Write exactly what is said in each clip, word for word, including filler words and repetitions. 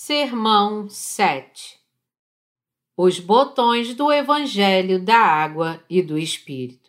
Sermão sete. Os botões do Evangelho da Água e do Espírito.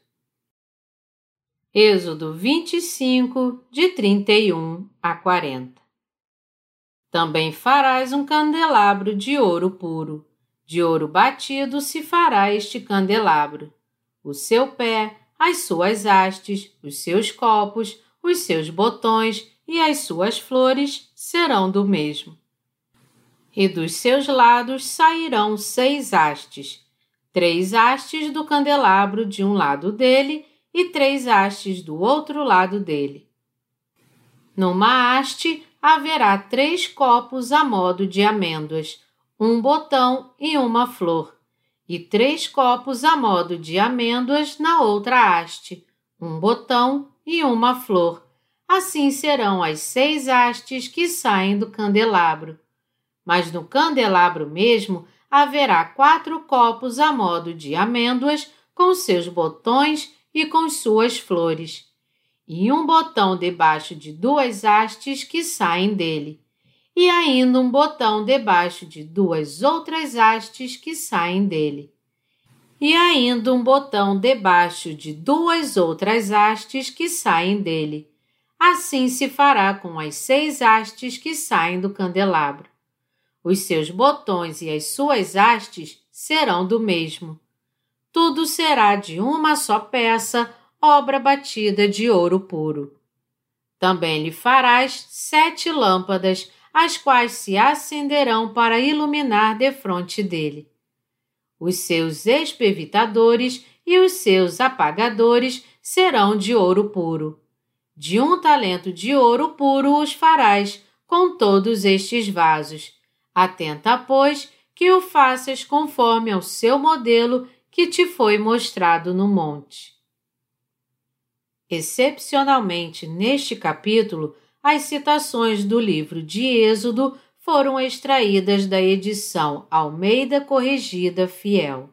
Êxodo vinte e cinco, de trinta e um a quarenta. Também farás um candelabro de ouro puro. De ouro batido se fará este candelabro. O seu pé, as suas hastes, os seus copos, os seus botões e as suas flores serão do mesmo. E dos seus lados sairão seis hastes, três hastes do candelabro de um lado dele e três hastes do outro lado dele. Numa haste haverá três copos a modo de amêndoas, um botão e uma flor, e três copos a modo de amêndoas na outra haste, um botão e uma flor. Assim serão as seis hastes que saem do candelabro. Mas no candelabro mesmo haverá quatro copos a modo de amêndoas com seus botões e com suas flores, e um botão debaixo de duas hastes que saem dele, e ainda um botão debaixo de duas outras hastes que saem dele, e ainda um botão debaixo de duas outras hastes que saem dele. Assim se fará com as seis hastes que saem do candelabro. Os seus botões e as suas hastes serão do mesmo. Tudo será de uma só peça, obra batida de ouro puro. Também lhe farás sete lâmpadas, as quais se acenderão para iluminar defronte dele. Os seus espevitadores e os seus apagadores serão de ouro puro. De um talento de ouro puro os farás com todos estes vasos. Atenta, pois, que o faças conforme ao seu modelo que te foi mostrado no monte. Excepcionalmente, neste capítulo, as citações do livro de Êxodo foram extraídas da edição Almeida Corrigida Fiel.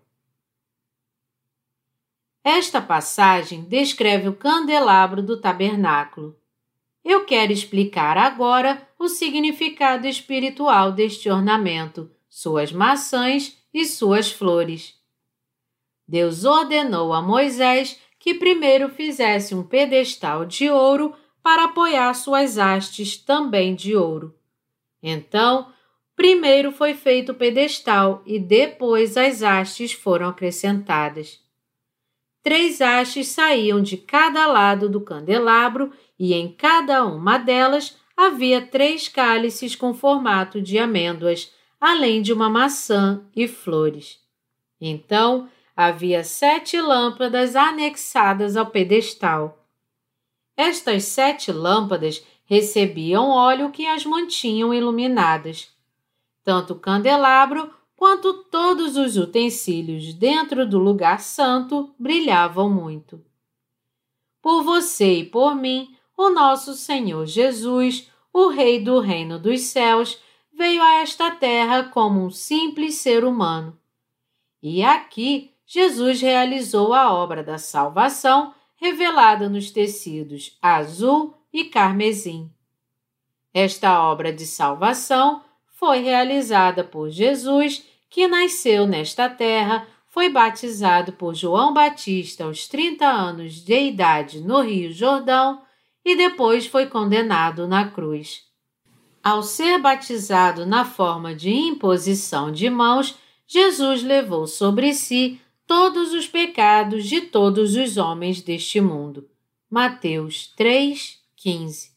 Esta passagem descreve o candelabro do tabernáculo. Eu quero explicar agora o significado espiritual deste ornamento, suas maçãs e suas flores. Deus ordenou a Moisés que primeiro fizesse um pedestal de ouro para apoiar suas hastes também de ouro. Então, primeiro foi feito o pedestal e depois as hastes foram acrescentadas. Três hastes saíam de cada lado do candelabro e em cada uma delas havia três cálices com formato de amêndoas, além de uma maçã e flores. Então, havia sete lâmpadas anexadas ao pedestal. Estas sete lâmpadas recebiam óleo que as mantinham iluminadas. Tanto o candelabro quanto todos os utensílios dentro do lugar santo brilhavam muito. Por você e por mim, o nosso Senhor Jesus, o Rei do Reino dos Céus, veio a esta terra como um simples ser humano. E aqui, Jesus realizou a obra da salvação revelada nos tecidos azul e carmesim. Esta obra de salvação foi realizada por Jesus, que nasceu nesta terra, foi batizado por João Batista aos trinta anos de idade no Rio Jordão e depois foi condenado na cruz. Ao ser batizado na forma de imposição de mãos, Jesus levou sobre si todos os pecados de todos os homens deste mundo. Mateus três, quinze.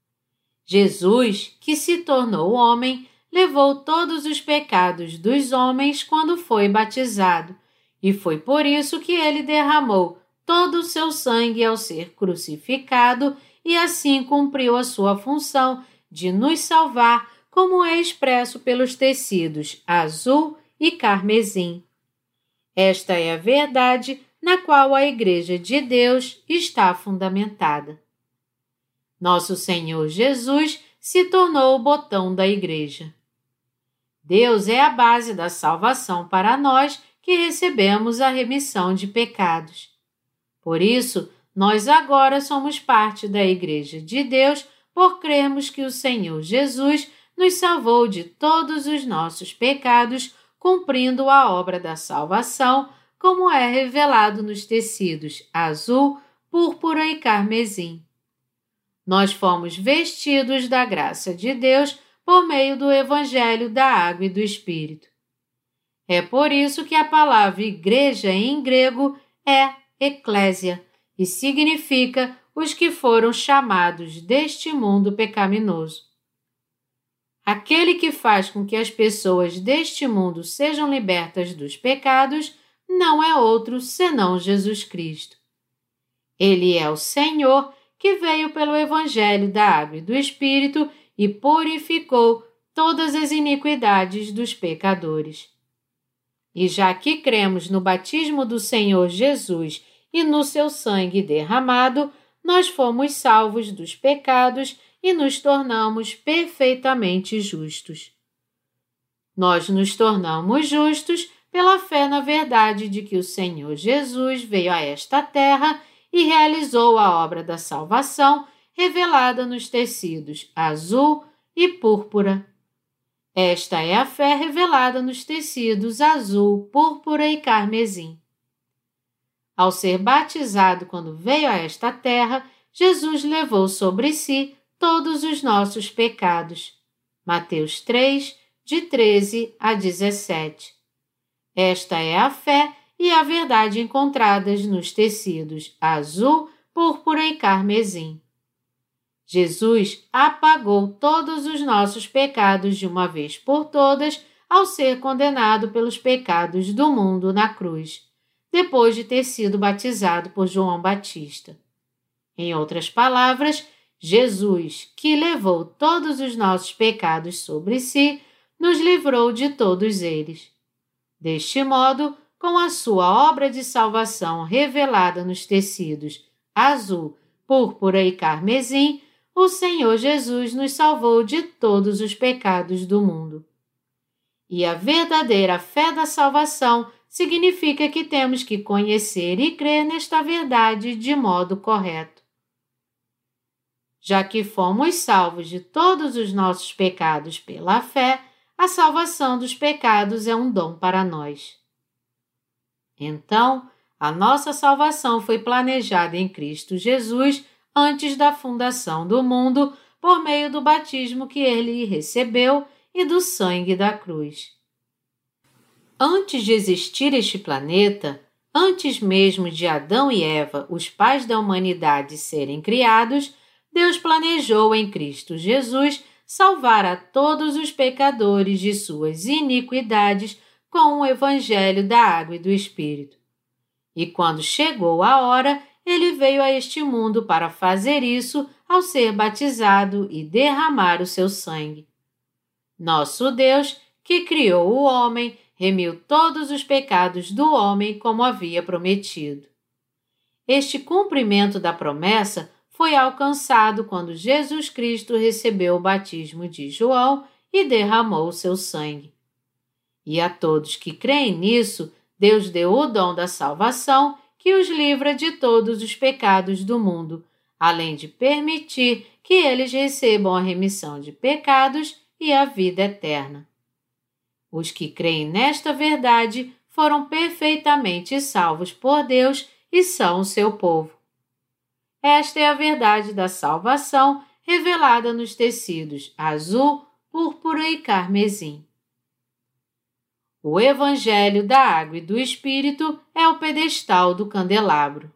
Jesus, que se tornou homem, levou todos os pecados dos homens quando foi batizado, e foi por isso que ele derramou todo o seu sangue ao ser crucificado e assim cumpriu a sua função de nos salvar, como é expresso pelos tecidos azul e carmesim. Esta é a verdade na qual a Igreja de Deus está fundamentada. Nosso Senhor Jesus se tornou o botão da Igreja. Deus é a base da salvação para nós que recebemos a remissão de pecados. Por isso, nós agora somos parte da Igreja de Deus por crermos que o Senhor Jesus nos salvou de todos os nossos pecados, cumprindo a obra da salvação, como é revelado nos tecidos azul, púrpura e carmesim. Nós fomos vestidos da graça de Deus por meio do Evangelho da Água e do Espírito. É por isso que a palavra igreja em grego é eclésia e significa os que foram chamados deste mundo pecaminoso. Aquele que faz com que as pessoas deste mundo sejam libertas dos pecados não é outro senão Jesus Cristo. Ele é o Senhor que veio pelo Evangelho da Água e do Espírito e purificou todas as iniquidades dos pecadores. E já que cremos no batismo do Senhor Jesus e no seu sangue derramado, nós fomos salvos dos pecados e nos tornamos perfeitamente justos. Nós nos tornamos justos pela fé na verdade de que o Senhor Jesus veio a esta terra e realizou a obra da salvação revelada nos tecidos azul e púrpura. Esta é a fé revelada nos tecidos azul, púrpura e carmesim. Ao ser batizado quando veio a esta terra, Jesus levou sobre si todos os nossos pecados. Mateus três, de treze a dezessete. Esta é a fé e a verdade encontradas nos tecidos azul, púrpura e carmesim. Jesus apagou todos os nossos pecados de uma vez por todas ao ser condenado pelos pecados do mundo na cruz, depois de ter sido batizado por João Batista. Em outras palavras, Jesus, que levou todos os nossos pecados sobre si, nos livrou de todos eles. Deste modo, com a sua obra de salvação revelada nos tecidos azul, púrpura e carmesim, o Senhor Jesus nos salvou de todos os pecados do mundo. E a verdadeira fé da salvação significa que temos que conhecer e crer nesta verdade de modo correto. Já que fomos salvos de todos os nossos pecados pela fé, a salvação dos pecados é um dom para nós. Então, a nossa salvação foi planejada em Cristo Jesus antes da fundação do mundo, por meio do batismo que ele recebeu e do sangue da cruz. Antes de existir este planeta, antes mesmo de Adão e Eva, os pais da humanidade, serem criados, Deus planejou em Cristo Jesus salvar a todos os pecadores de suas iniquidades com o Evangelho da Água e do Espírito. E quando chegou a hora, ele veio a este mundo para fazer isso ao ser batizado e derramar o seu sangue. Nosso Deus, que criou o homem, remiu todos os pecados do homem como havia prometido. Este cumprimento da promessa foi alcançado quando Jesus Cristo recebeu o batismo de João e derramou o seu sangue. E a todos que creem nisso, Deus deu o dom da salvação que os livra de todos os pecados do mundo, além de permitir que eles recebam a remissão de pecados e a vida eterna. Os que creem nesta verdade foram perfeitamente salvos por Deus e são o seu povo. Esta é a verdade da salvação revelada nos tecidos azul, púrpura e carmesim. O Evangelho da Água e do Espírito é o pedestal do candelabro.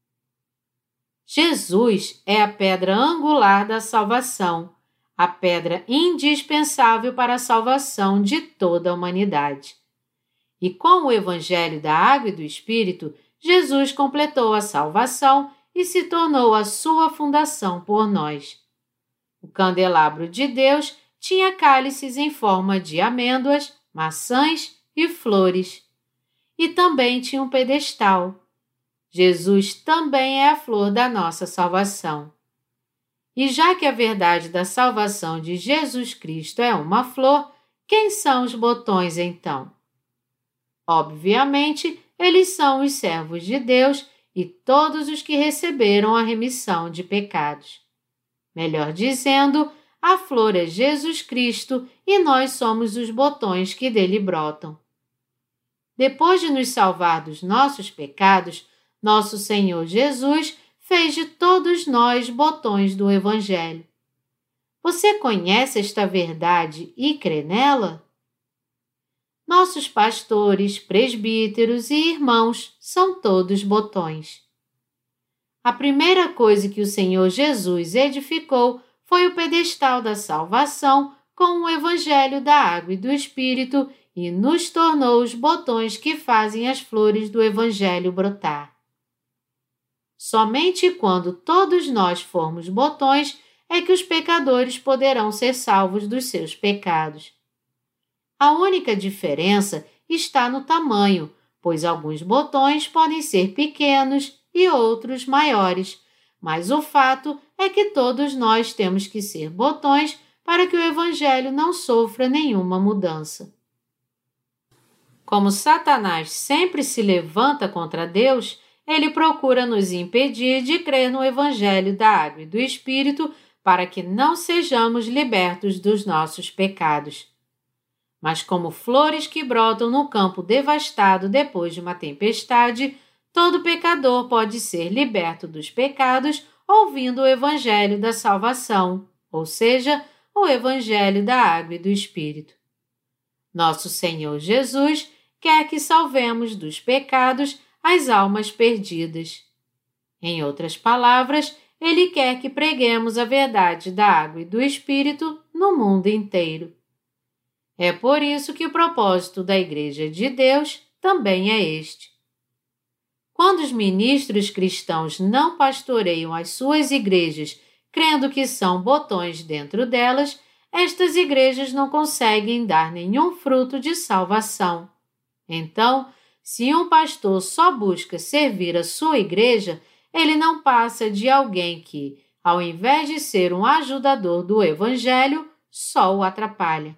Jesus é a pedra angular da salvação, a pedra indispensável para a salvação de toda a humanidade. E com o Evangelho da Água e do Espírito, Jesus completou a salvação e se tornou a sua fundação por nós. O candelabro de Deus tinha cálices em forma de amêndoas, maçãs e flores. E também tinha um pedestal. Jesus também é a flor da nossa salvação. E já que a verdade da salvação de Jesus Cristo é uma flor, quem são os botões então? Obviamente, eles são os servos de Deus e todos os que receberam a remissão de pecados. Melhor dizendo, a flor é Jesus Cristo e nós somos os botões que dele brotam. Depois de nos salvar dos nossos pecados, nosso Senhor Jesus fez de todos nós botões do Evangelho. Você conhece esta verdade e crê nela? Nossos pastores, presbíteros e irmãos são todos botões. A primeira coisa que o Senhor Jesus edificou foi o pedestal da salvação com o Evangelho da Água e do Espírito e nos tornou os botões que fazem as flores do Evangelho brotar. Somente quando todos nós formos botões é que os pecadores poderão ser salvos dos seus pecados. A única diferença está no tamanho, pois alguns botões podem ser pequenos e outros maiores, mas o fato é que todos nós temos que ser botões para que o Evangelho não sofra nenhuma mudança. Como Satanás sempre se levanta contra Deus, ele procura nos impedir de crer no Evangelho da Água e do Espírito para que não sejamos libertos dos nossos pecados. Mas como flores que brotam no campo devastado depois de uma tempestade, todo pecador pode ser liberto dos pecados ouvindo o Evangelho da salvação, ou seja, o Evangelho da Água e do Espírito. Nosso Senhor Jesus quer que salvemos dos pecados as almas perdidas. Em outras palavras, Ele quer que preguemos a verdade da água e do Espírito no mundo inteiro. É por isso que o propósito da Igreja de Deus também é este. Quando os ministros cristãos não pastoreiam as suas igrejas crendo que são botões dentro delas, estas igrejas não conseguem dar nenhum fruto de salvação. Então, se um pastor só busca servir a sua igreja, ele não passa de alguém que, ao invés de ser um ajudador do Evangelho, só o atrapalha.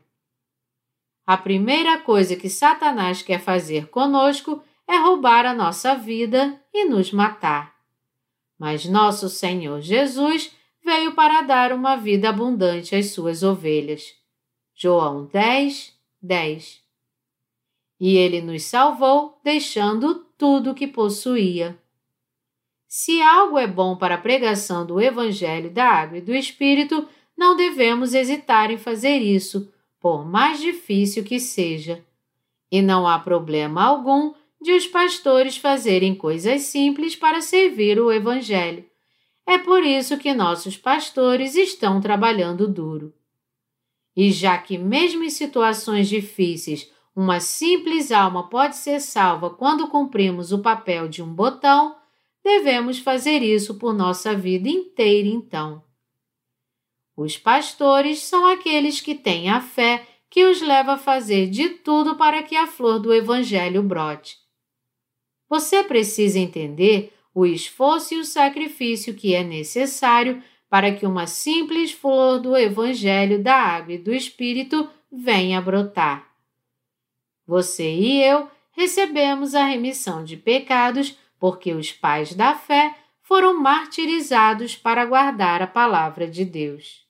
A primeira coisa que Satanás quer fazer conosco é roubar a nossa vida e nos matar. Mas nosso Senhor Jesus veio para dar uma vida abundante às suas ovelhas. João dez, dez. E ele nos salvou, deixando tudo o que possuía. Se algo é bom para a pregação do Evangelho da Água e do Espírito, não devemos hesitar em fazer isso, por mais difícil que seja. E não há problema algum de os pastores fazerem coisas simples para servir o Evangelho. É por isso que nossos pastores estão trabalhando duro. E já que mesmo em situações difíceis, uma simples alma pode ser salva quando cumprimos o papel de um botão, devemos fazer isso por nossa vida inteira então. Os pastores são aqueles que têm a fé que os leva a fazer de tudo para que a flor do Evangelho brote. Você precisa entender o esforço e o sacrifício que é necessário para que uma simples flor do Evangelho da Água e do Espírito venha a brotar. Você e eu recebemos a remissão de pecados porque os pais da fé foram martirizados para guardar a palavra de Deus.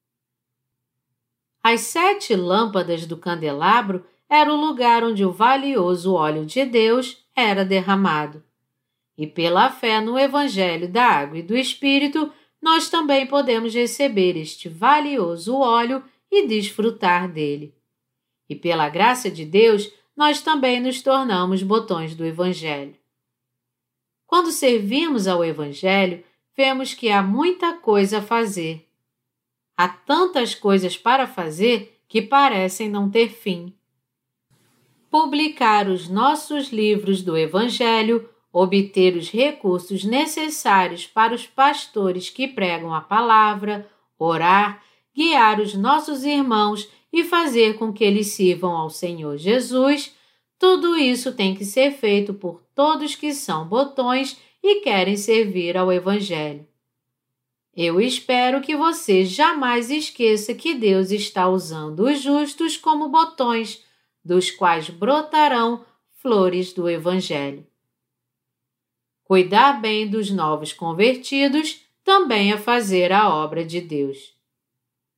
As sete lâmpadas do candelabro era o lugar onde o valioso óleo de Deus era derramado. E pela fé no Evangelho da Água e do Espírito, nós também podemos receber este valioso óleo e desfrutar dele. E pela graça de Deus, nós também nos tornamos botões do Evangelho. Quando servimos ao Evangelho, vemos que há muita coisa a fazer. Há tantas coisas para fazer que parecem não ter fim. Publicar os nossos livros do Evangelho, obter os recursos necessários para os pastores que pregam a palavra, orar, guiar os nossos irmãos e fazer com que eles sirvam ao Senhor Jesus, tudo isso tem que ser feito por todos que são botões e querem servir ao Evangelho. Eu espero que você jamais esqueça que Deus está usando os justos como botões, dos quais brotarão flores do Evangelho. Cuidar bem dos novos convertidos também é fazer a obra de Deus.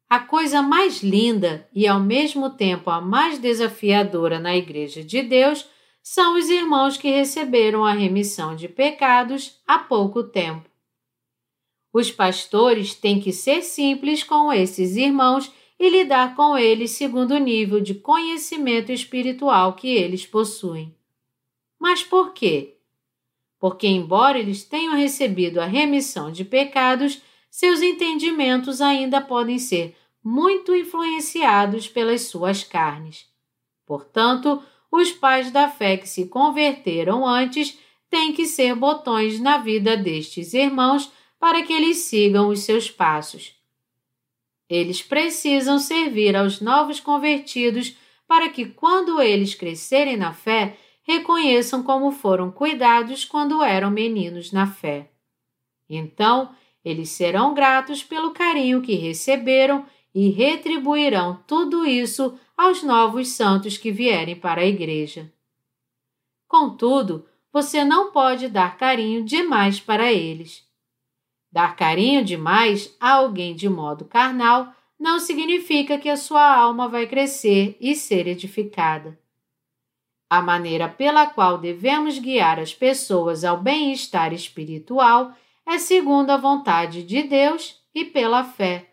A coisa mais linda e ao mesmo tempo a mais desafiadora na Igreja de Deus são os irmãos que receberam a remissão de pecados há pouco tempo. Os pastores têm que ser simples com esses irmãos e lidar com eles segundo o nível de conhecimento espiritual que eles possuem. Mas por quê? Porque, embora eles tenham recebido a remissão de pecados, seus entendimentos ainda podem ser muito influenciados pelas suas carnes. Portanto, os pais da fé que se converteram antes têm que ser botões na vida destes irmãos para que eles sigam os seus passos. Eles precisam servir aos novos convertidos para que, quando eles crescerem na fé, reconheçam como foram cuidados quando eram meninos na fé. Então, eles serão gratos pelo carinho que receberam e retribuirão tudo isso aos novos santos que vierem para a igreja. Contudo, você não pode dar carinho demais para eles. Dar carinho demais a alguém de modo carnal não significa que a sua alma vai crescer e ser edificada. A maneira pela qual devemos guiar as pessoas ao bem-estar espiritual é segundo a vontade de Deus e pela fé.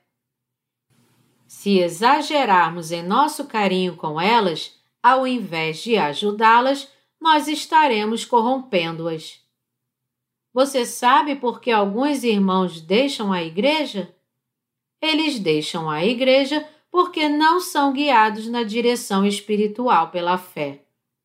Se exagerarmos em nosso carinho com elas, ao invés de ajudá-las, nós estaremos corrompendo-as. Você sabe por que alguns irmãos deixam a igreja? Eles deixam a igreja porque não são guiados na direção espiritual pela fé.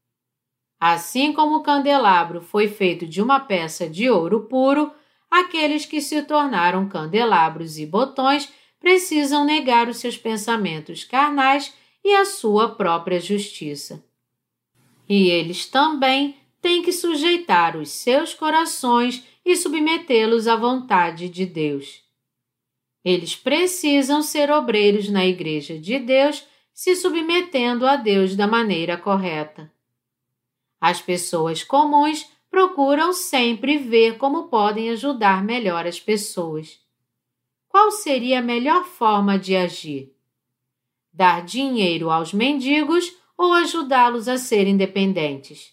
Assim como o candelabro foi feito de uma peça de ouro puro, aqueles que se tornaram candelabros e botões precisam negar os seus pensamentos carnais e a sua própria justiça. E eles também têm que sujeitar os seus corações e submetê-los à vontade de Deus. Eles precisam ser obreiros na Igreja de Deus, se submetendo a Deus da maneira correta. As pessoas comuns procuram sempre ver como podem ajudar melhor as pessoas. Qual seria a melhor forma de agir? Dar dinheiro aos mendigos ou ajudá-los a serem independentes?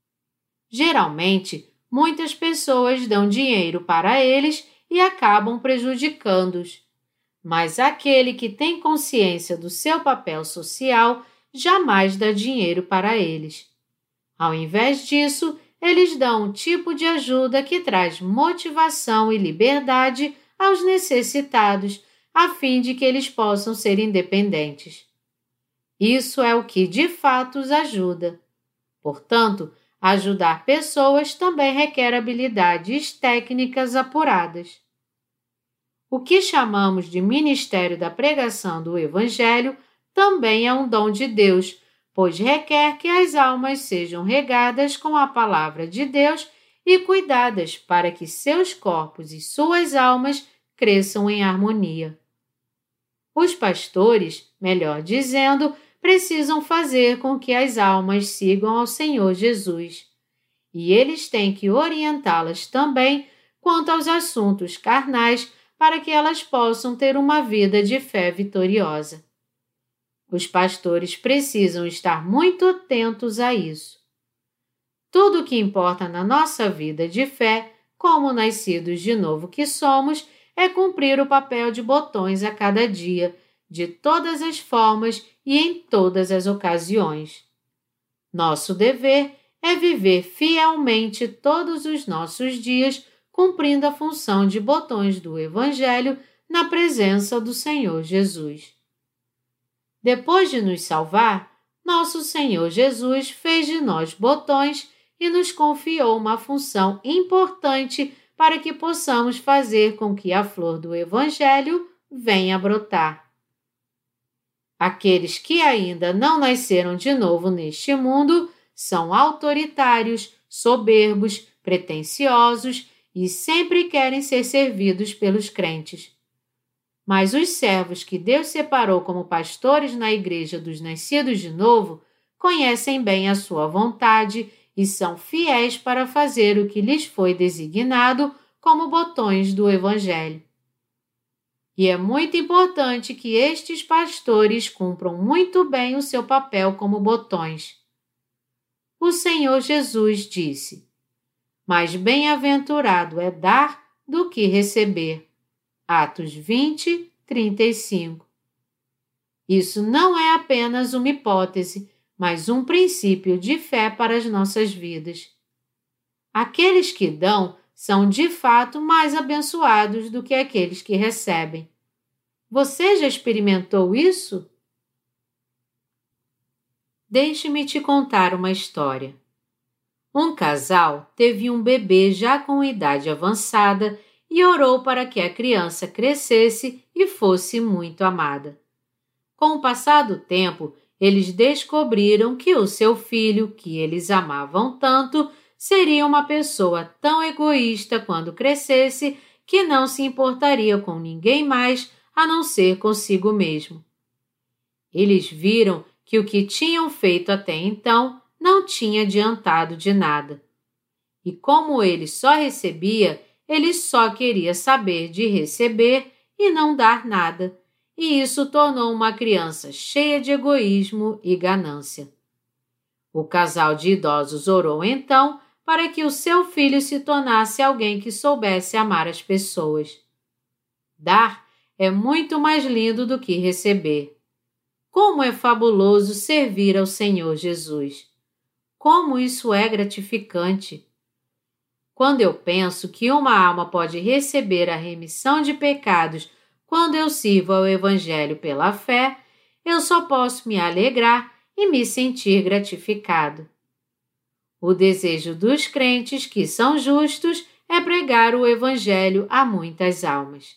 Geralmente, muitas pessoas dão dinheiro para eles e acabam prejudicando-os. Mas aquele que tem consciência do seu papel social jamais dá dinheiro para eles. Ao invés disso, eles dão um tipo de ajuda que traz motivação e liberdade aos necessitados, a fim de que eles possam ser independentes. Isso é o que de fato os ajuda. Portanto, ajudar pessoas também requer habilidades técnicas apuradas. O que chamamos de ministério da pregação do Evangelho também é um dom de Deus, pois requer que as almas sejam regadas com a palavra de Deus e cuidadas para que seus corpos e suas almas cresçam em harmonia. Os pastores, melhor dizendo, precisam fazer com que as almas sigam ao Senhor Jesus. E eles têm que orientá-las também quanto aos assuntos carnais para que elas possam ter uma vida de fé vitoriosa. Os pastores precisam estar muito atentos a isso. Tudo o que importa na nossa vida de fé, como nascidos de novo que somos, é cumprir o papel de botões a cada dia, de todas as formas e em todas as ocasiões. Nosso dever é viver fielmente todos os nossos dias, cumprindo a função de botões do Evangelho na presença do Senhor Jesus. Depois de nos salvar, nosso Senhor Jesus fez de nós botões e nos confiou uma função importante para que possamos fazer com que a flor do Evangelho venha brotar. Aqueles que ainda não nasceram de novo neste mundo são autoritários, soberbos, pretensiosos e sempre querem ser servidos pelos crentes. Mas os servos que Deus separou como pastores na igreja dos nascidos de novo conhecem bem a sua vontade e são fiéis para fazer o que lhes foi designado como botões do Evangelho. E é muito importante que estes pastores cumpram muito bem o seu papel como botões. O Senhor Jesus disse: mais bem-aventurado é dar do que receber. Atos vinte, trinta e cinco. Isso não é apenas uma hipótese, mas um princípio de fé para as nossas vidas. Aqueles que dão são de fato mais abençoados do que aqueles que recebem. Você já experimentou isso? Deixe-me te contar uma história. Um casal teve um bebê já com idade avançada e orou para que a criança crescesse e fosse muito amada. Com o passar do tempo, eles descobriram que o seu filho, que eles amavam tanto, seria uma pessoa tão egoísta quando crescesse que não se importaria com ninguém mais a não ser consigo mesmo. Eles viram que o que tinham feito até então não tinha adiantado de nada. E como ele só recebia, ele só queria saber de receber e não dar nada, e isso tornou uma criança cheia de egoísmo e ganância. O casal de idosos orou então para que o seu filho se tornasse alguém que soubesse amar as pessoas. Dar é muito mais lindo do que receber. Como é fabuloso servir ao Senhor Jesus! Como isso é gratificante! Quando eu penso que uma alma pode receber a remissão de pecados quando eu sirvo ao Evangelho pela fé, eu só posso me alegrar e me sentir gratificado. O desejo dos crentes que são justos é pregar o Evangelho a muitas almas.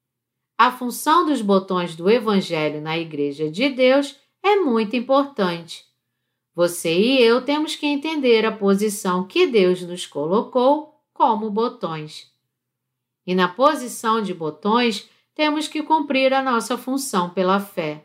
A função dos botões do Evangelho na Igreja de Deus é muito importante. Você e eu temos que entender a posição que Deus nos colocou como botões. E na posição de botões, temos que cumprir a nossa função pela fé.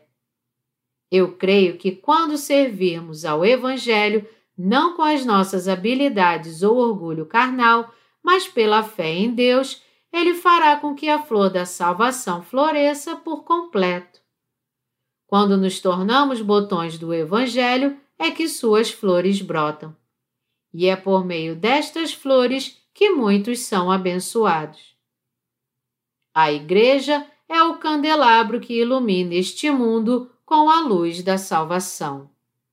Eu creio que quando servirmos ao Evangelho, não com as nossas habilidades ou orgulho carnal, mas pela fé em Deus, Ele fará com que a flor da salvação floresça por completo. Quando nos tornamos botões do Evangelho, é que suas flores brotam. E é por meio destas flores que muitos são abençoados. A Igreja é o candelabro que ilumina este mundo com a luz da salvação.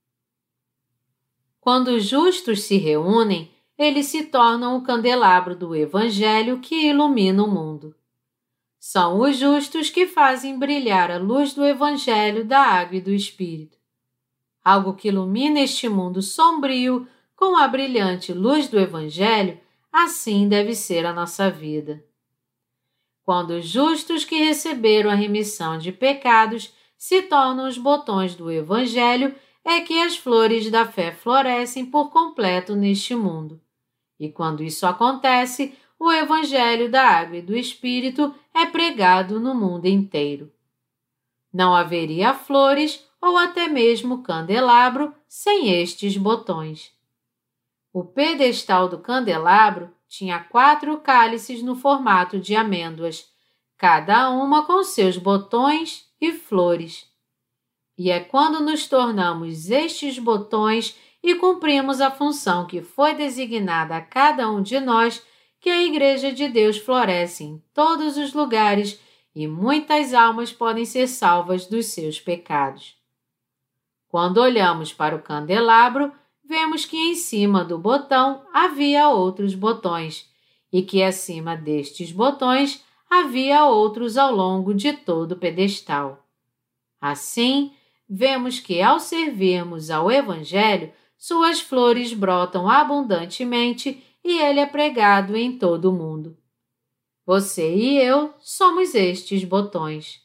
Quando os justos se reúnem, eles se tornam o candelabro do Evangelho que ilumina o mundo. São os justos que fazem brilhar a luz do Evangelho da Água e do Espírito. Algo que ilumina este mundo sombrio com a brilhante luz do Evangelho, assim deve ser a nossa vida. Quando os justos que receberam a remissão de pecados se tornam os botões do Evangelho, é que as flores da fé florescem por completo neste mundo. E quando isso acontece, o Evangelho da Água e do Espírito é pregado no mundo inteiro. Não haveria flores ou até mesmo candelabro sem estes botões. O pedestal do candelabro tinha quatro cálices no formato de amêndoas, cada uma com seus botões e flores. E é quando nos tornamos estes botões e cumprimos a função que foi designada a cada um de nós que a Igreja de Deus floresce em todos os lugares e muitas almas podem ser salvas dos seus pecados. Quando olhamos para o candelabro, vemos que em cima do botão havia outros botões e que acima destes botões havia outros ao longo de todo o pedestal. Assim, vemos que ao servirmos ao Evangelho, suas flores brotam abundantemente e ele é pregado em todo o mundo. Você e eu somos estes botões.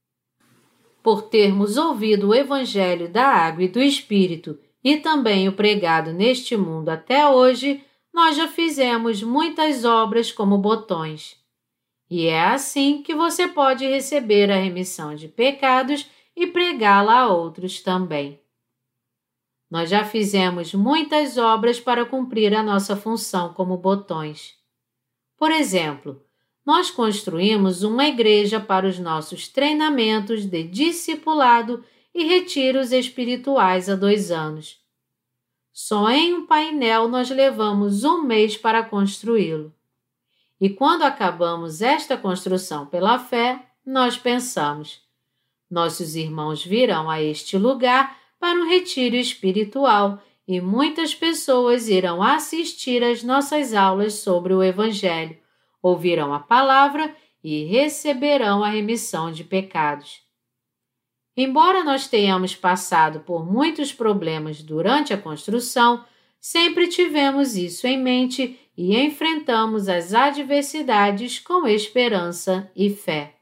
Por termos ouvido o Evangelho da Água e do Espírito e também o pregado neste mundo até hoje, nós já fizemos muitas obras como botões. E é assim que você pode receber a remissão de pecados e pregá-la a outros também. Nós já fizemos muitas obras para cumprir a nossa função como botões. Por exemplo, nós construímos uma igreja para os nossos treinamentos de discipulado e retiros espirituais há dois anos. Só em um painel nós levamos um mês para construí-lo. E quando acabamos esta construção pela fé, nós pensamos: nossos irmãos virão a este lugar para um retiro espiritual e muitas pessoas irão assistir às nossas aulas sobre o Evangelho, ouvirão a palavra e receberão a remissão de pecados. Embora nós tenhamos passado por muitos problemas durante a construção, sempre tivemos isso em mente e enfrentamos as adversidades com esperança e fé.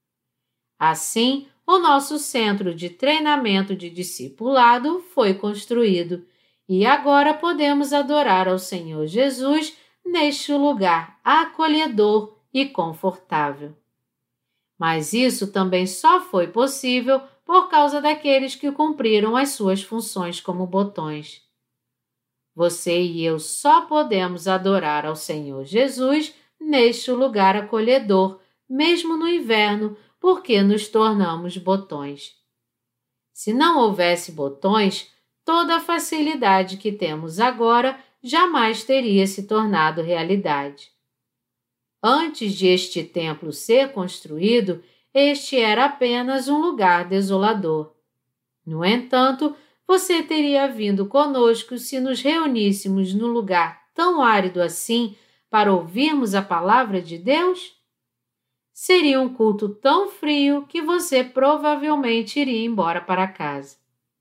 Assim, o nosso centro de treinamento de discipulado foi construído e agora podemos adorar ao Senhor Jesus neste lugar acolhedor e confortável. Mas isso também só foi possível por causa daqueles que cumpriram as suas funções como botões. Você e eu só podemos adorar ao Senhor Jesus neste lugar acolhedor, mesmo no inverno, porque nos tornamos botões. Se não houvesse botões, toda a facilidade que temos agora jamais teria se tornado realidade. Antes de este templo ser construído, este era apenas um lugar desolador. No entanto, você teria vindo conosco se nos reuníssemos num lugar tão árido assim para ouvirmos a palavra de Deus? Seria um culto tão frio que você provavelmente iria embora para casa.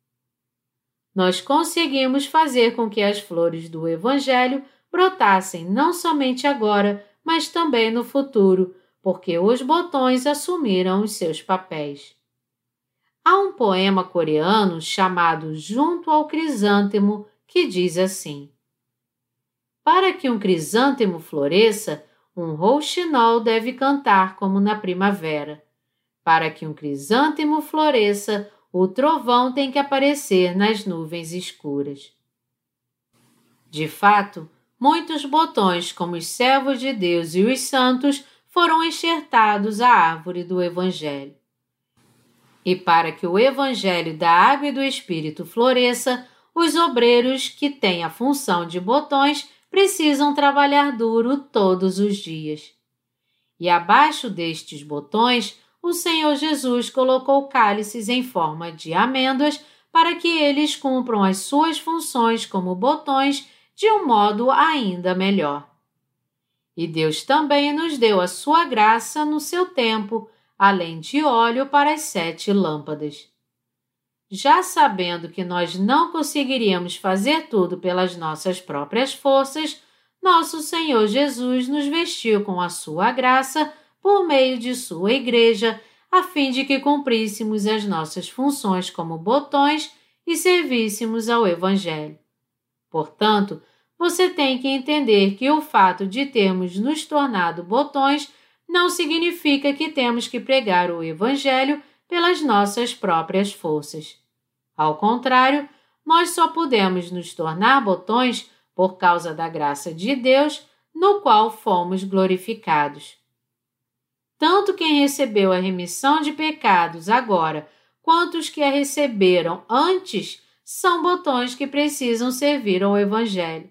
Nós conseguimos fazer com que as flores do Evangelho brotassem não somente agora, mas também no futuro, porque os botões assumiram os seus papéis. Há um poema coreano chamado Junto ao Crisântemo que diz assim: para que um crisântemo floresça, um rouxinol deve cantar como na primavera. Para que um crisântemo floresça, o trovão tem que aparecer nas nuvens escuras. De fato, muitos botões, como os servos de Deus e os santos, foram enxertados à árvore do Evangelho. E para que o Evangelho da Água e do Espírito floresça, os obreiros que têm a função de botões precisam trabalhar duro todos os dias. E abaixo destes botões, o Senhor Jesus colocou cálices em forma de amêndoas para que eles cumpram as suas funções como botões de um modo ainda melhor. E Deus também nos deu a sua graça no seu tempo, além de óleo para as sete lâmpadas. Já sabendo que nós não conseguiríamos fazer tudo pelas nossas próprias forças, nosso Senhor Jesus nos vestiu com a sua graça por meio de sua igreja, a fim de que cumpríssemos as nossas funções como botões e servíssemos ao Evangelho. Portanto, você tem que entender que o fato de termos nos tornado botões não significa que temos que pregar o Evangelho pelas nossas próprias forças. Ao contrário, nós só podemos nos tornar botões por causa da graça de Deus, no qual fomos glorificados. Tanto quem recebeu a remissão de pecados agora, quanto os que a receberam antes, são botões que precisam servir ao Evangelho.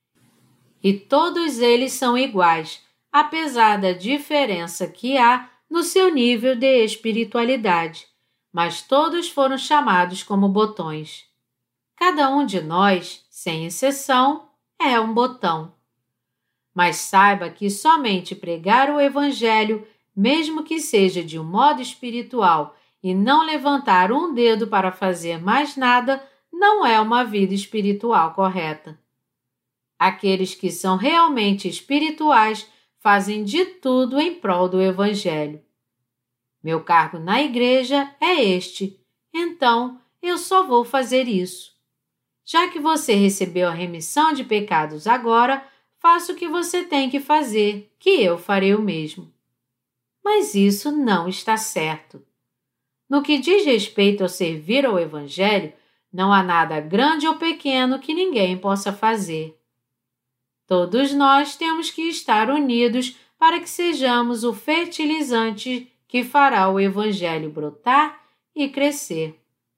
E todos eles são iguais, apesar da diferença que há no seu nível de espiritualidade, mas todos foram chamados como botões. Cada um de nós, sem exceção, é um botão. Mas saiba que somente pregar o Evangelho, mesmo que seja de um modo espiritual, e não levantar um dedo para fazer mais nada, não é uma vida espiritual correta. Aqueles que são realmente espirituais fazem de tudo em prol do Evangelho. Meu cargo na igreja é este, então eu só vou fazer isso. Já que você recebeu a remissão de pecados agora, faça o que você tem que fazer, que eu farei o mesmo. Mas isso não está certo. No que diz respeito ao servir ao Evangelho, não há nada grande ou pequeno que ninguém possa fazer. Todos nós temos que estar unidos para que sejamos o fertilizante que fará o Evangelho brotar e crescer.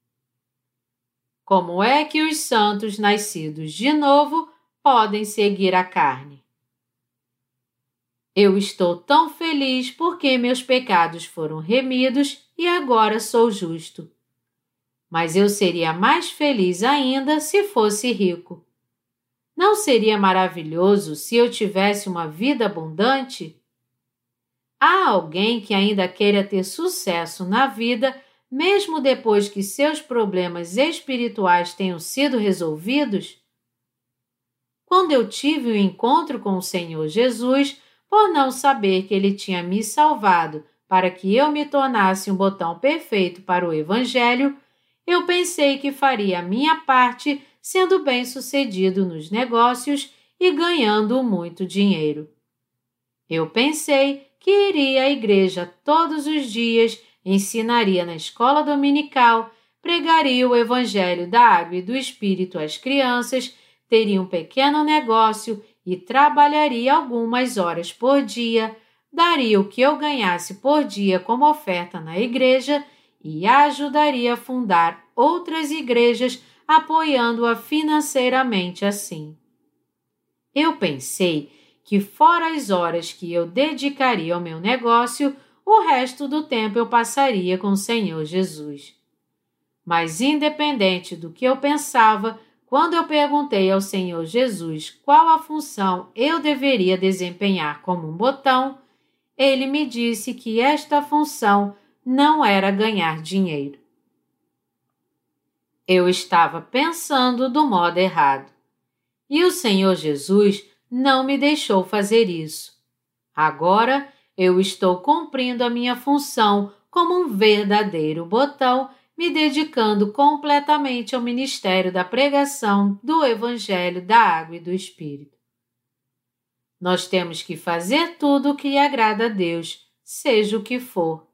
Como é que os santos nascidos de novo podem seguir a carne? Eu estou tão feliz porque meus pecados foram remidos e agora sou justo. Mas eu seria mais feliz ainda se fosse rico. Não seria maravilhoso se eu tivesse uma vida abundante? Há alguém que ainda queira ter sucesso na vida, mesmo depois que seus problemas espirituais tenham sido resolvidos? Quando eu tive o encontro com o Senhor Jesus, por não saber que Ele tinha me salvado para que eu me tornasse um botão perfeito para o Evangelho, eu pensei que faria a minha parte sendo bem-sucedido nos negócios e ganhando muito dinheiro. Eu pensei que iria à igreja todos os dias, ensinaria na escola dominical, pregaria o Evangelho da Água e do Espírito às crianças, teria um pequeno negócio e trabalharia algumas horas por dia, daria o que eu ganhasse por dia como oferta na igreja e ajudaria a fundar outras igrejas, apoiando-a financeiramente assim. Eu pensei que, fora as horas que eu dedicaria ao meu negócio, o resto do tempo eu passaria com o Senhor Jesus. Mas, independente do que eu pensava, quando eu perguntei ao Senhor Jesus qual a função eu deveria desempenhar como um botão, Ele me disse que esta função não era ganhar dinheiro. Eu estava pensando do modo errado. E o Senhor Jesus não me deixou fazer isso. Agora eu estou cumprindo a minha função como um verdadeiro botão, me dedicando completamente ao ministério da pregação do Evangelho da Água e do Espírito. Nós temos que fazer tudo o que agrada a Deus, seja o que for.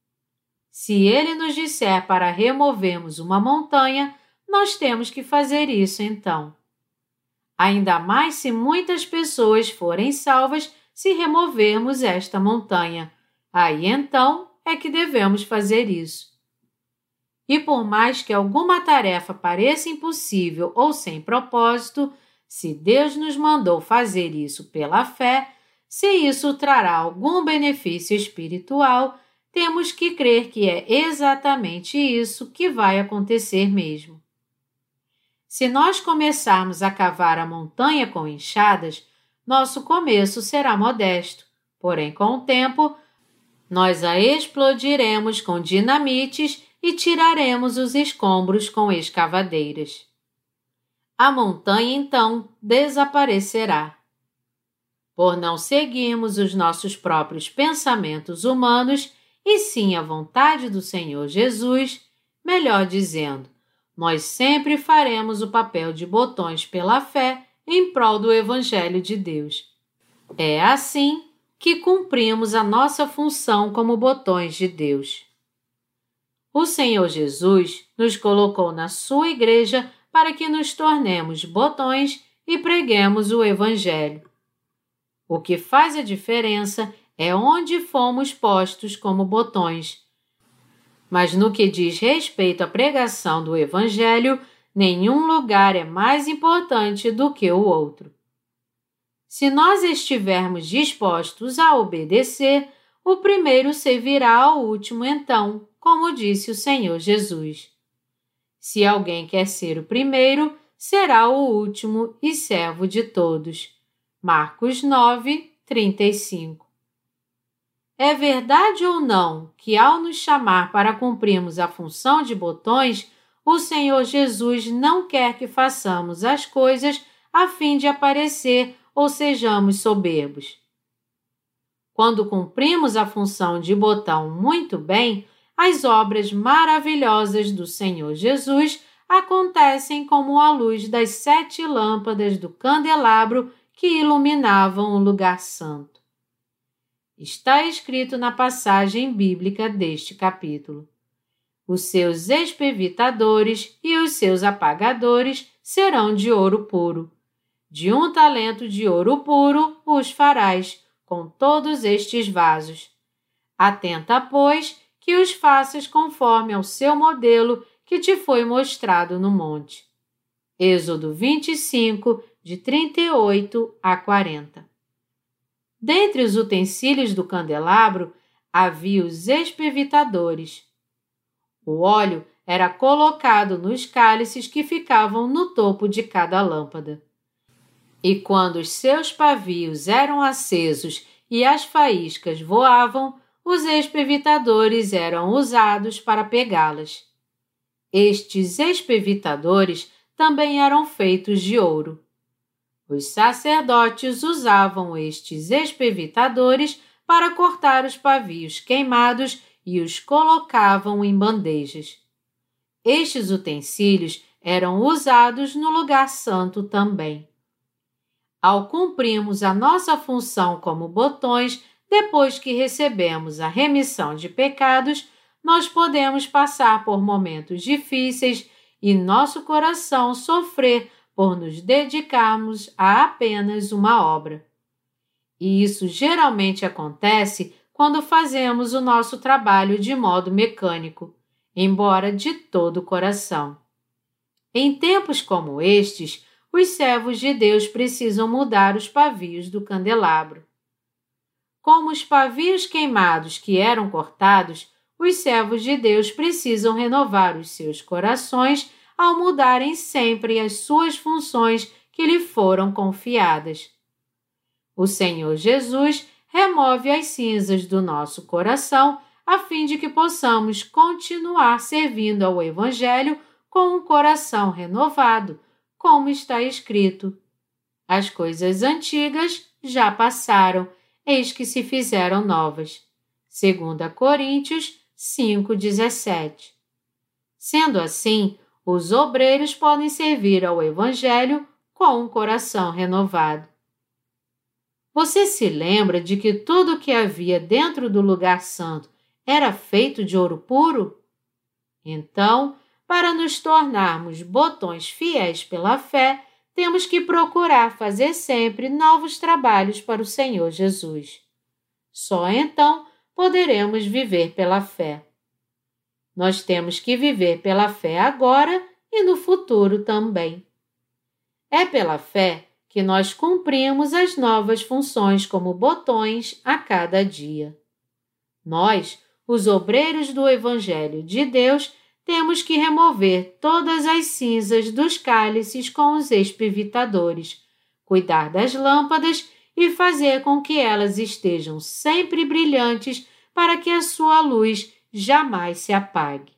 Se Ele nos disser para removermos uma montanha, nós temos que fazer isso então. Ainda mais se muitas pessoas forem salvas se removermos esta montanha. Aí então é que devemos fazer isso. E por mais que alguma tarefa pareça impossível ou sem propósito, se Deus nos mandou fazer isso pela fé, se isso trará algum benefício espiritual, temos que crer que é exatamente isso que vai acontecer mesmo. Se nós começarmos a cavar a montanha com enxadas, nosso começo será modesto, porém com o tempo, nós a explodiremos com dinamites e tiraremos os escombros com escavadeiras. A montanha, então, desaparecerá. Por não seguirmos os nossos próprios pensamentos humanos, e sim a vontade do Senhor Jesus, melhor dizendo, nós sempre faremos o papel de botões pela fé em prol do Evangelho de Deus. É assim que cumprimos a nossa função como botões de Deus. O Senhor Jesus nos colocou na sua igreja para que nos tornemos botões e preguemos o Evangelho. O que faz a diferença é onde fomos postos como botões. Mas no que diz respeito à pregação do Evangelho, nenhum lugar é mais importante do que o outro. Se nós estivermos dispostos a obedecer, o primeiro servirá ao último então, como disse o Senhor Jesus. Se alguém quer ser o primeiro, será o último e servo de todos. Marcos nove, trinta e cinco. É verdade ou não que, ao nos chamar para cumprirmos a função de botões, o Senhor Jesus não quer que façamos as coisas a fim de aparecer ou sejamos soberbos? Quando cumprimos a função de botão muito bem, as obras maravilhosas do Senhor Jesus acontecem como a luz das sete lâmpadas do candelabro que iluminavam o lugar santo. Está escrito na passagem bíblica deste capítulo. Os seus espevitadores e os seus apagadores serão de ouro puro. De um talento de ouro puro os farás, com todos estes vasos. Atenta, pois, que os faças conforme ao seu modelo que te foi mostrado no monte. Êxodo vinte e cinco, de trinta e oito a quarenta. Dentre os utensílios do candelabro, havia os espevitadores. O óleo era colocado nos cálices que ficavam no topo de cada lâmpada. E quando os seus pavios eram acesos e as faíscas voavam, os espevitadores eram usados para pegá-las. Estes espevitadores também eram feitos de ouro. Os sacerdotes usavam estes espevitadores para cortar os pavios queimados e os colocavam em bandejas. Estes utensílios eram usados no lugar santo também. Ao cumprirmos a nossa função como botões, depois que recebemos a remissão de pecados, nós podemos passar por momentos difíceis e nosso coração sofrer por nos dedicarmos a apenas uma obra. E isso geralmente acontece quando fazemos o nosso trabalho de modo mecânico, embora de todo o coração. Em tempos como estes, os servos de Deus precisam mudar os pavios do candelabro. Como os pavios queimados que eram cortados, os servos de Deus precisam renovar os seus corações ao mudarem sempre as suas funções que lhe foram confiadas. O Senhor Jesus remove as cinzas do nosso coração a fim de que possamos continuar servindo ao Evangelho com um coração renovado, como está escrito: as coisas antigas já passaram, eis que se fizeram novas. Segunda Coríntios cinco, dezessete. Sendo assim, os obreiros podem servir ao Evangelho com um coração renovado. Você se lembra de que tudo o que havia dentro do lugar santo era feito de ouro puro? Então, para nos tornarmos botões fiéis pela fé, temos que procurar fazer sempre novos trabalhos para o Senhor Jesus. Só então poderemos viver pela fé. Nós temos que viver pela fé agora e no futuro também. É pela fé que nós cumprimos as novas funções como botões a cada dia. Nós, os obreiros do Evangelho de Deus, temos que remover todas as cinzas dos cálices com os espevitadores, cuidar das lâmpadas e fazer com que elas estejam sempre brilhantes para que a sua luz jamais se apague.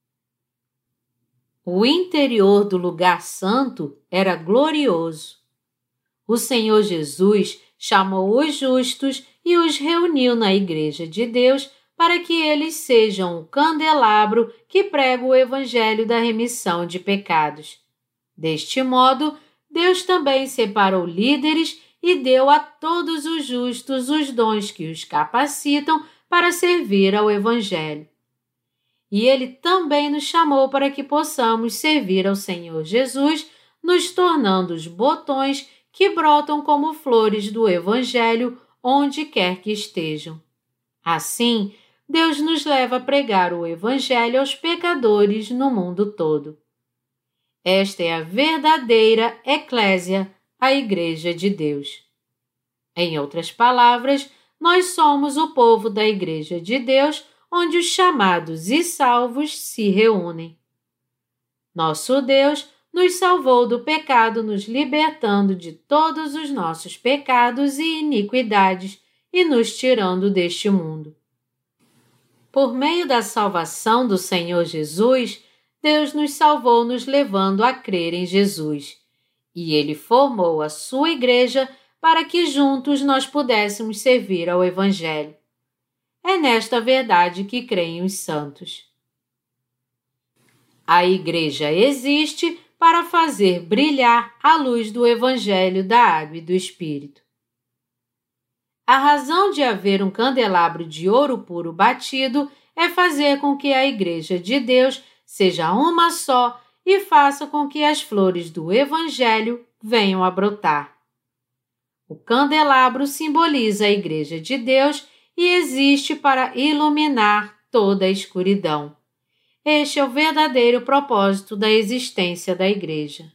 O interior do lugar santo era glorioso. O Senhor Jesus chamou os justos e os reuniu na Igreja de Deus para que eles sejam o candelabro que prega o Evangelho da remissão de pecados. Deste modo, Deus também separou líderes e deu a todos os justos os dons que os capacitam para servir ao Evangelho. E Ele também nos chamou para que possamos servir ao Senhor Jesus, nos tornando os botões que brotam como flores do Evangelho onde quer que estejam. Assim, Deus nos leva a pregar o Evangelho aos pecadores no mundo todo. Esta é a verdadeira eclésia, a Igreja de Deus. Em outras palavras, nós somos o povo da Igreja de Deus, onde os chamados e salvos se reúnem. Nosso Deus nos salvou do pecado, nos libertando de todos os nossos pecados e iniquidades e nos tirando deste mundo. Por meio da salvação do Senhor Jesus, Deus nos salvou nos levando a crer em Jesus, e Ele formou a sua igreja para que juntos nós pudéssemos servir ao Evangelho. É nesta verdade que creem os santos. A igreja existe para fazer brilhar a luz do Evangelho da Água e do Espírito. A razão de haver um candelabro de ouro puro batido é fazer com que a Igreja de Deus seja uma só e faça com que as flores do Evangelho venham a brotar. O candelabro simboliza a Igreja de Deus e existe para iluminar toda a escuridão. Este é o verdadeiro propósito da existência da Igreja.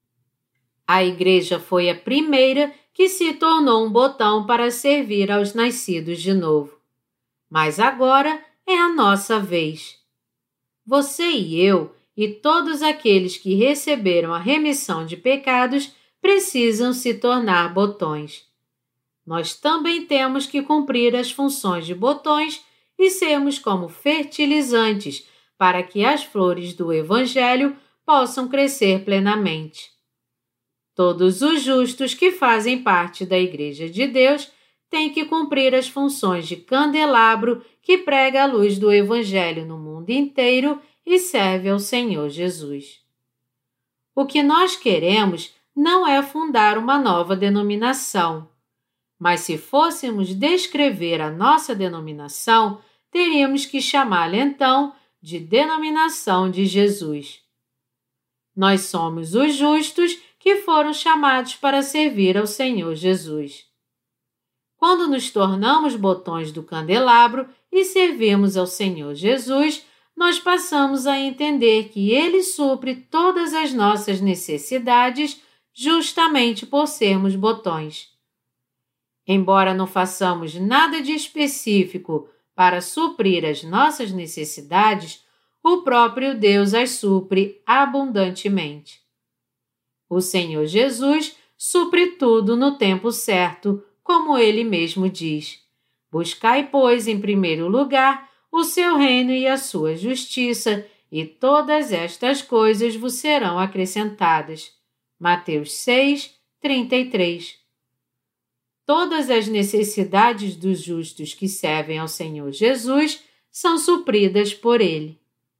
A Igreja foi a primeira que se tornou um botão para servir aos nascidos de novo. Mas agora é a nossa vez. Você e eu, e todos aqueles que receberam a remissão de pecados, precisam se tornar botões. Nós também temos que cumprir as funções de botões e sermos como fertilizantes para que as flores do Evangelho possam crescer plenamente. Todos os justos que fazem parte da Igreja de Deus têm que cumprir as funções de candelabro que prega a luz do Evangelho no mundo inteiro e serve ao Senhor Jesus. O que nós queremos não é fundar uma nova denominação, mas se fôssemos descrever a nossa denominação, teríamos que chamá-la então de Denominação de Jesus. Nós somos os justos que foram chamados para servir ao Senhor Jesus. Quando nos tornamos botões do candelabro e servimos ao Senhor Jesus, nós passamos a entender que Ele supre todas as nossas necessidades justamente por sermos botões. Embora não façamos nada de específico para suprir as nossas necessidades, o próprio Deus as supre abundantemente. O Senhor Jesus supre tudo no tempo certo, como Ele mesmo diz: buscai, pois, em primeiro lugar o seu reino e a sua justiça, e todas estas coisas vos serão acrescentadas. Mateus seis, trinta e três. Todas as necessidades dos justos que servem ao Senhor Jesus são supridas por Ele.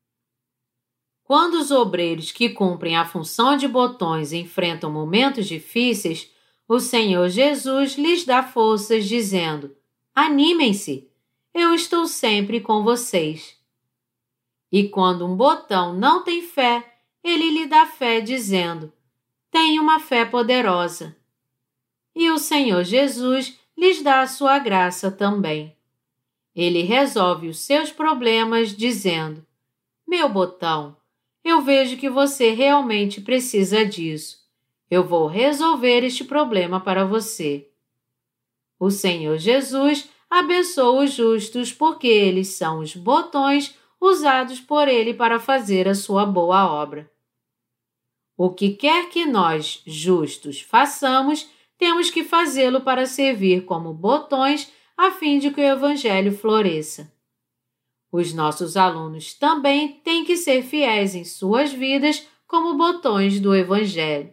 Quando os obreiros que cumprem a função de botões enfrentam momentos difíceis, o Senhor Jesus lhes dá forças dizendo: animem-se, eu estou sempre com vocês. E quando um botão não tem fé, ele lhe dá fé dizendo: tenha uma fé poderosa. E o Senhor Jesus lhes dá a sua graça também. Ele resolve os seus problemas dizendo: meu botão, eu vejo que você realmente precisa disso. Eu vou resolver este problema para você. O Senhor Jesus abençoa os justos porque eles são os botões usados por Ele para fazer a sua boa obra. O que quer que nós, justos, façamos, temos que fazê-lo para servir como botões a fim de que o Evangelho floresça. Os nossos alunos também têm que ser fiéis em suas vidas como botões do Evangelho.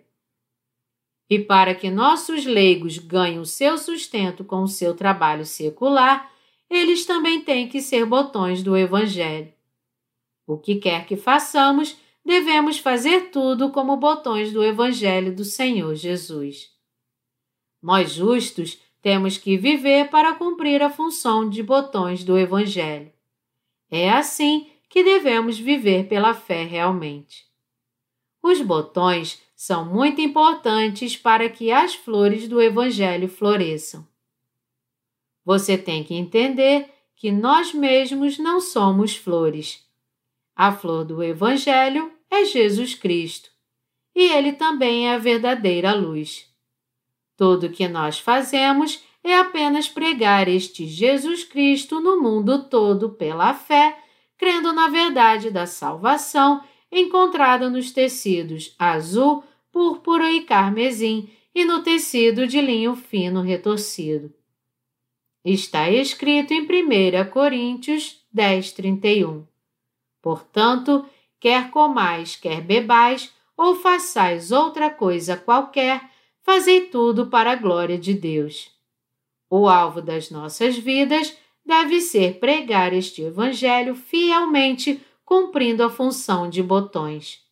E para que nossos leigos ganhem o seu sustento com o seu trabalho secular, eles também têm que ser botões do Evangelho. O que quer que façamos, devemos fazer tudo como botões do Evangelho do Senhor Jesus. Nós justos temos que viver para cumprir a função de botões do Evangelho. É assim que devemos viver pela fé realmente. Os botões são muito importantes para que as flores do Evangelho floresçam. Você tem que entender que nós mesmos não somos flores. A flor do Evangelho é Jesus Cristo, e Ele também é a verdadeira luz. Tudo o que nós fazemos é apenas pregar este Jesus Cristo no mundo todo pela fé, crendo na verdade da salvação encontrada nos tecidos azul, púrpura e carmesim e no tecido de linho fino retorcido. Está escrito em primeira Coríntios dez, trinta e um. Portanto, quer comais, quer bebais, ou façais outra coisa qualquer, fazei tudo para a glória de Deus. O alvo das nossas vidas deve ser pregar este Evangelho fielmente, cumprindo a função de botões.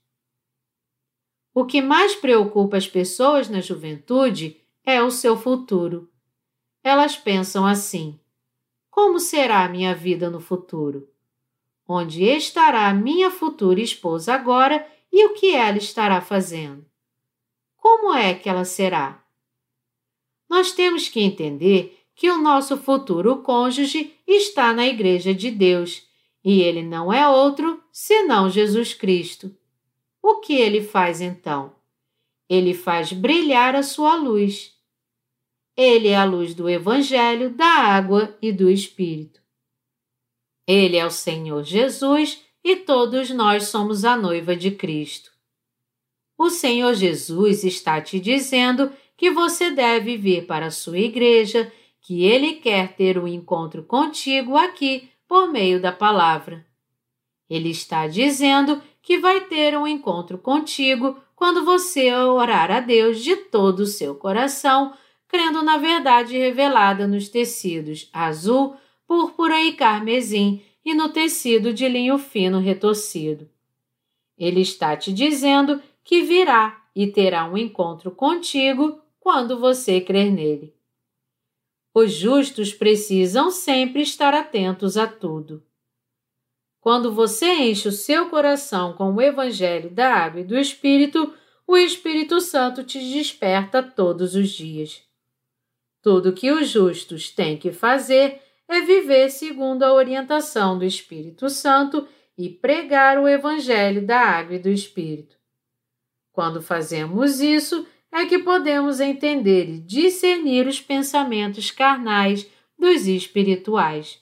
O que mais preocupa as pessoas na juventude é o seu futuro. Elas pensam assim: como será a minha vida no futuro? Onde estará a minha futura esposa agora e o que ela estará fazendo? Como é que ela será? nós temos que entender que o nosso futuro cônjuge está na Igreja de Deus e ele não é outro senão Jesus Cristo. O que ele faz então? Ele faz brilhar a sua luz. Ele é a luz do Evangelho, da água e do Espírito. Ele é o Senhor Jesus e todos nós somos a noiva de Cristo. O Senhor Jesus está te dizendo que você deve vir para a sua igreja, que Ele quer ter um encontro contigo aqui por meio da palavra. Ele está dizendo que vai ter um encontro contigo quando você orar a Deus de todo o seu coração, crendo na verdade revelada nos tecidos azul, púrpura e carmesim e no tecido de linho fino retorcido. Ele está te dizendo que virá e terá um encontro contigo quando você crer nele. Os justos precisam sempre estar atentos a tudo. Quando você enche o seu coração com o Evangelho da Água e do Espírito, o Espírito Santo te desperta todos os dias. Tudo que os justos têm que fazer é viver segundo a orientação do Espírito Santo e pregar o Evangelho da Água e do Espírito. Quando fazemos isso, é que podemos entender e discernir os pensamentos carnais dos espirituais.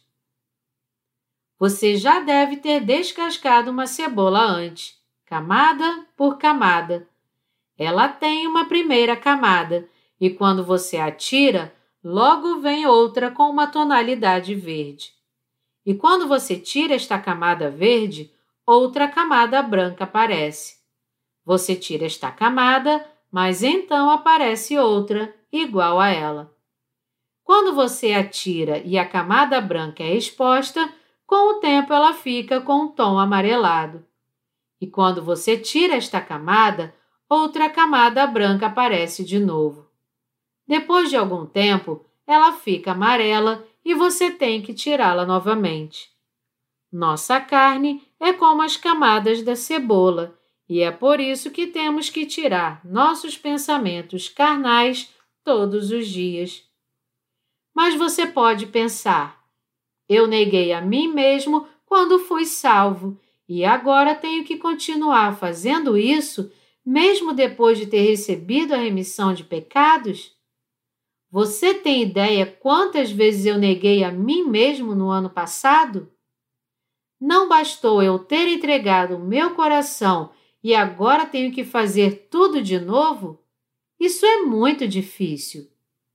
Você já deve ter descascado uma cebola antes, camada por camada. Ela tem uma primeira camada e quando você atira, logo vem outra com uma tonalidade verde. E quando você tira esta camada verde, outra camada branca aparece. Você tira esta camada, mas então aparece outra, igual a ela. Quando você atira e a camada branca é exposta, com o tempo ela fica com um tom amarelado. E quando você tira esta camada, outra camada branca aparece de novo. Depois de algum tempo, ela fica amarela e você tem que tirá-la novamente. Nossa carne é como as camadas da cebola, e é por isso que temos que tirar nossos pensamentos carnais todos os dias. Mas você pode pensar: eu neguei a mim mesmo quando fui salvo, e agora tenho que continuar fazendo isso, mesmo depois de ter recebido a remissão de pecados? Você tem ideia quantas vezes eu neguei a mim mesmo no ano passado? Não bastou eu ter entregado o meu coração e agora tenho que fazer tudo de novo? Isso é muito difícil.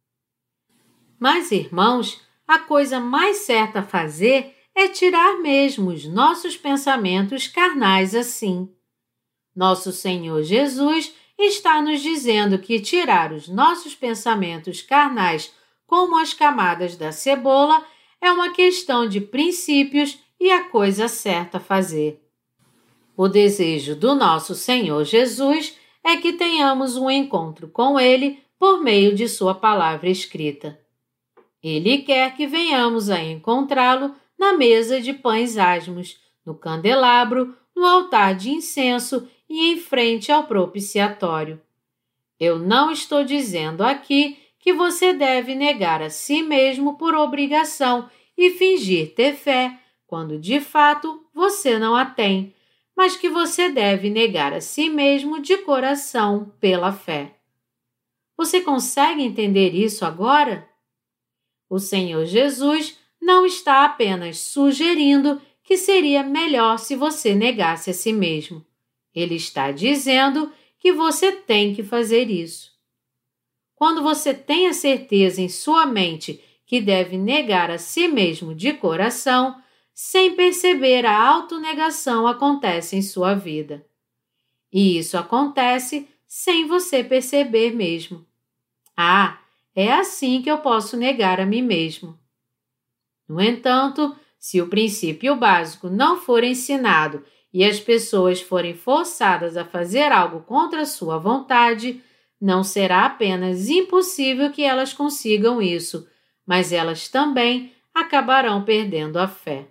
Mas, irmãos, a coisa mais certa a fazer é tirar mesmo os nossos pensamentos carnais assim. Nosso Senhor Jesus está nos dizendo que tirar os nossos pensamentos carnais como as camadas da cebola é uma questão de princípios e a coisa certa a fazer. O desejo do nosso Senhor Jesus é que tenhamos um encontro com Ele por meio de Sua palavra escrita. Ele quer que venhamos a encontrá-lo na mesa de pães asmos, no candelabro, no altar de incenso e em frente ao propiciatório. Eu não estou dizendo aqui que você deve negar a si mesmo por obrigação e fingir ter fé, quando de fato você não a tem, mas que você deve negar a si mesmo de coração pela fé. Você consegue entender isso agora? O Senhor Jesus não está apenas sugerindo que seria melhor se você negasse a si mesmo. Ele está dizendo que você tem que fazer isso. Quando você tem a certeza em sua mente que deve negar a si mesmo de coração, sem perceber, a autonegação acontece em sua vida. E isso acontece sem você perceber mesmo. Ah, é assim que eu posso negar a mim mesmo. No entanto, se o princípio básico não for ensinado e as pessoas forem forçadas a fazer algo contra a sua vontade, não será apenas impossível que elas consigam isso, mas elas também acabarão perdendo a fé.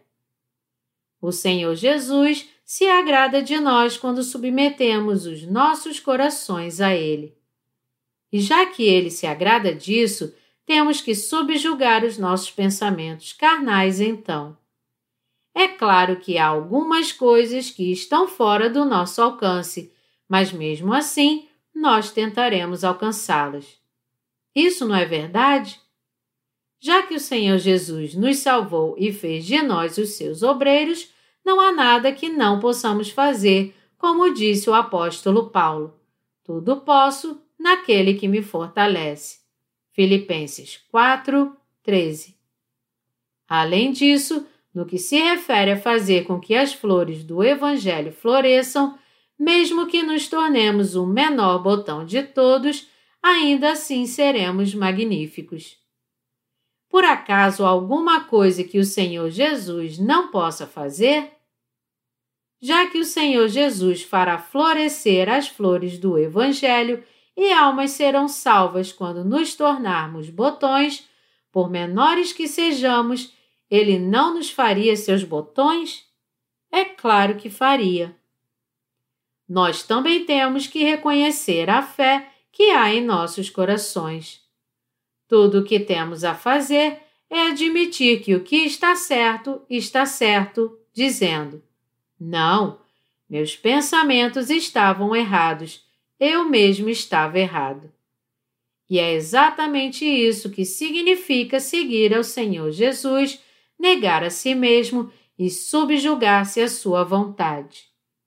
O Senhor Jesus se agrada de nós quando submetemos os nossos corações a Ele. E já que Ele se agrada disso, temos que subjugar os nossos pensamentos carnais então. É claro que há algumas coisas que estão fora do nosso alcance, mas mesmo assim, nós tentaremos alcançá-las. Isso não é verdade? Já que o Senhor Jesus nos salvou e fez de nós os seus obreiros, não há nada que não possamos fazer, como disse o apóstolo Paulo. Tudo posso naquele que me fortalece. Filipenses quatro, treze. Além disso, no que se refere a fazer com que as flores do Evangelho floresçam, mesmo que nos tornemos o menor botão de todos, ainda assim seremos magníficos. Por acaso há alguma coisa que o Senhor Jesus não possa fazer? Já que o Senhor Jesus fará florescer as flores do Evangelho e almas serão salvas quando nos tornarmos botões, por menores que sejamos, Ele não nos faria seus botões? É claro que faria. Nós também temos que reconhecer a fé que há em nossos corações. Tudo o que temos a fazer é admitir que o que está certo, está certo, dizendo: não, meus pensamentos estavam errados, eu mesmo estava errado. E é exatamente isso que significa seguir ao Senhor Jesus, negar a si mesmo e subjugar-se à sua vontade.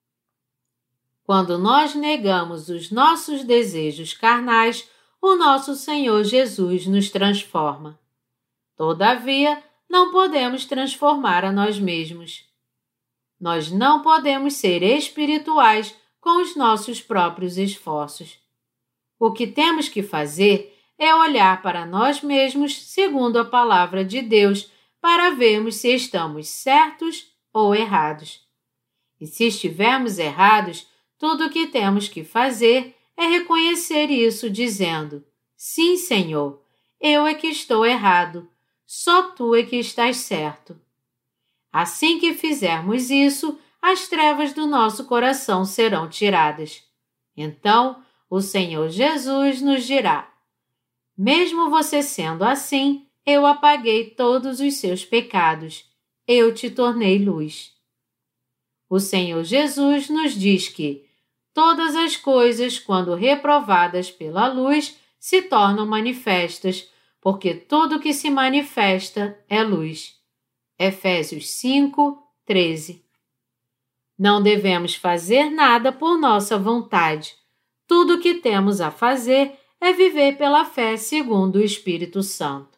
Quando nós negamos os nossos desejos carnais, o nosso Senhor Jesus nos transforma. Todavia, não podemos transformar a nós mesmos. Nós não podemos ser espirituais com os nossos próprios esforços. O que temos que fazer é olhar para nós mesmos segundo a palavra de Deus para vermos se estamos certos ou errados. E se estivermos errados, tudo o que temos que fazer é reconhecer isso dizendo: sim, Senhor, eu é que estou errado, só tu é que estás certo. Assim que fizermos isso, as trevas do nosso coração serão tiradas. Então, o Senhor Jesus nos dirá: mesmo você sendo assim, eu apaguei todos os seus pecados, eu te tornei luz. O Senhor Jesus nos diz que todas as coisas, quando reprovadas pela luz, se tornam manifestas, porque tudo que se manifesta é luz. Efésios cinco, treze. Não devemos fazer nada por nossa vontade. Tudo o que temos a fazer é viver pela fé segundo o Espírito Santo.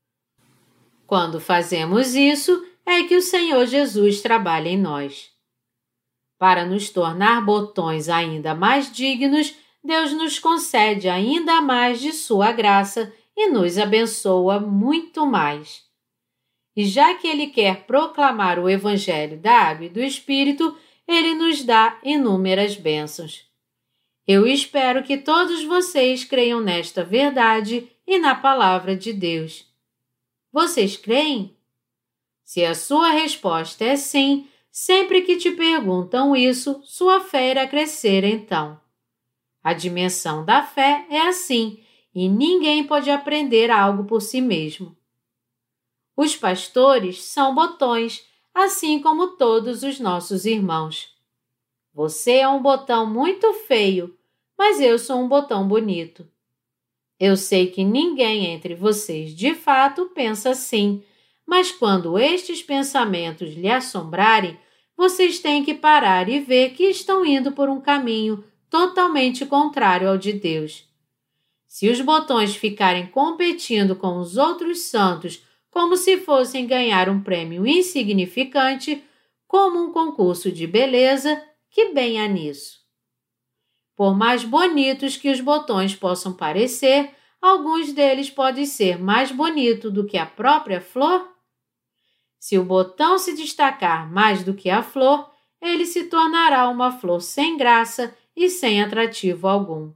Quando fazemos isso, é que o Senhor Jesus trabalha em nós. Para nos tornar botões ainda mais dignos, Deus nos concede ainda mais de sua graça e nos abençoa muito mais. E já que Ele quer proclamar o Evangelho da Água e do Espírito, Ele nos dá inúmeras bênçãos. Eu espero que todos vocês creiam nesta verdade e na palavra de Deus. Vocês creem? Se a sua resposta é sim, sempre que te perguntam isso, sua fé irá crescer então. A dimensão da fé é assim, e ninguém pode aprender algo por si mesmo. Os pastores são botões, assim como todos os nossos irmãos. Você é um botão muito feio, mas eu sou um botão bonito. Eu sei que ninguém entre vocês de fato pensa assim, mas quando estes pensamentos lhe assombrarem, vocês têm que parar e ver que estão indo por um caminho totalmente contrário ao de Deus. Se os botões ficarem competindo com os outros santos como se fossem ganhar um prêmio insignificante, como um concurso de beleza, que bem há nisso. Por mais bonitos que os botões possam parecer, alguns deles podem ser mais bonitos do que a própria flor. Se o botão se destacar mais do que a flor, ele se tornará uma flor sem graça e sem atrativo algum.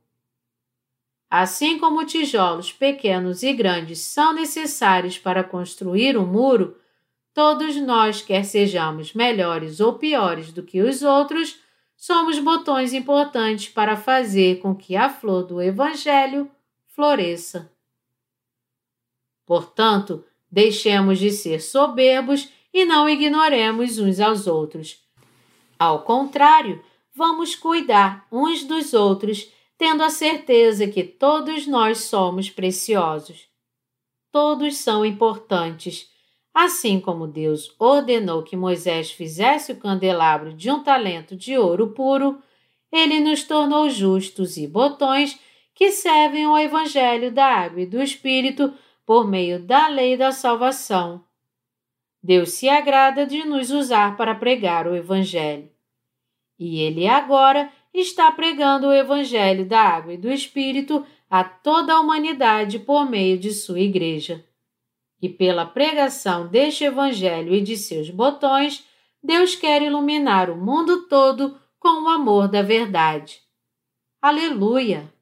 Assim como tijolos pequenos e grandes são necessários para construir um muro, todos nós, quer sejamos melhores ou piores do que os outros, somos botões importantes para fazer com que a flor do Evangelho floresça. Portanto, deixemos de ser soberbos e não ignoremos uns aos outros. Ao contrário, vamos cuidar uns dos outros, tendo a certeza que todos nós somos preciosos. Todos são importantes. Assim como Deus ordenou que Moisés fizesse o candelabro de um talento de ouro puro, Ele nos tornou justos e botões que servem ao Evangelho da Água e do Espírito por meio da lei da salvação. Deus se agrada de nos usar para pregar o Evangelho. E Ele agora está pregando o Evangelho da Água e do Espírito a toda a humanidade por meio de sua Igreja. E pela pregação deste Evangelho e de seus botões, Deus quer iluminar o mundo todo com o amor da verdade. Aleluia!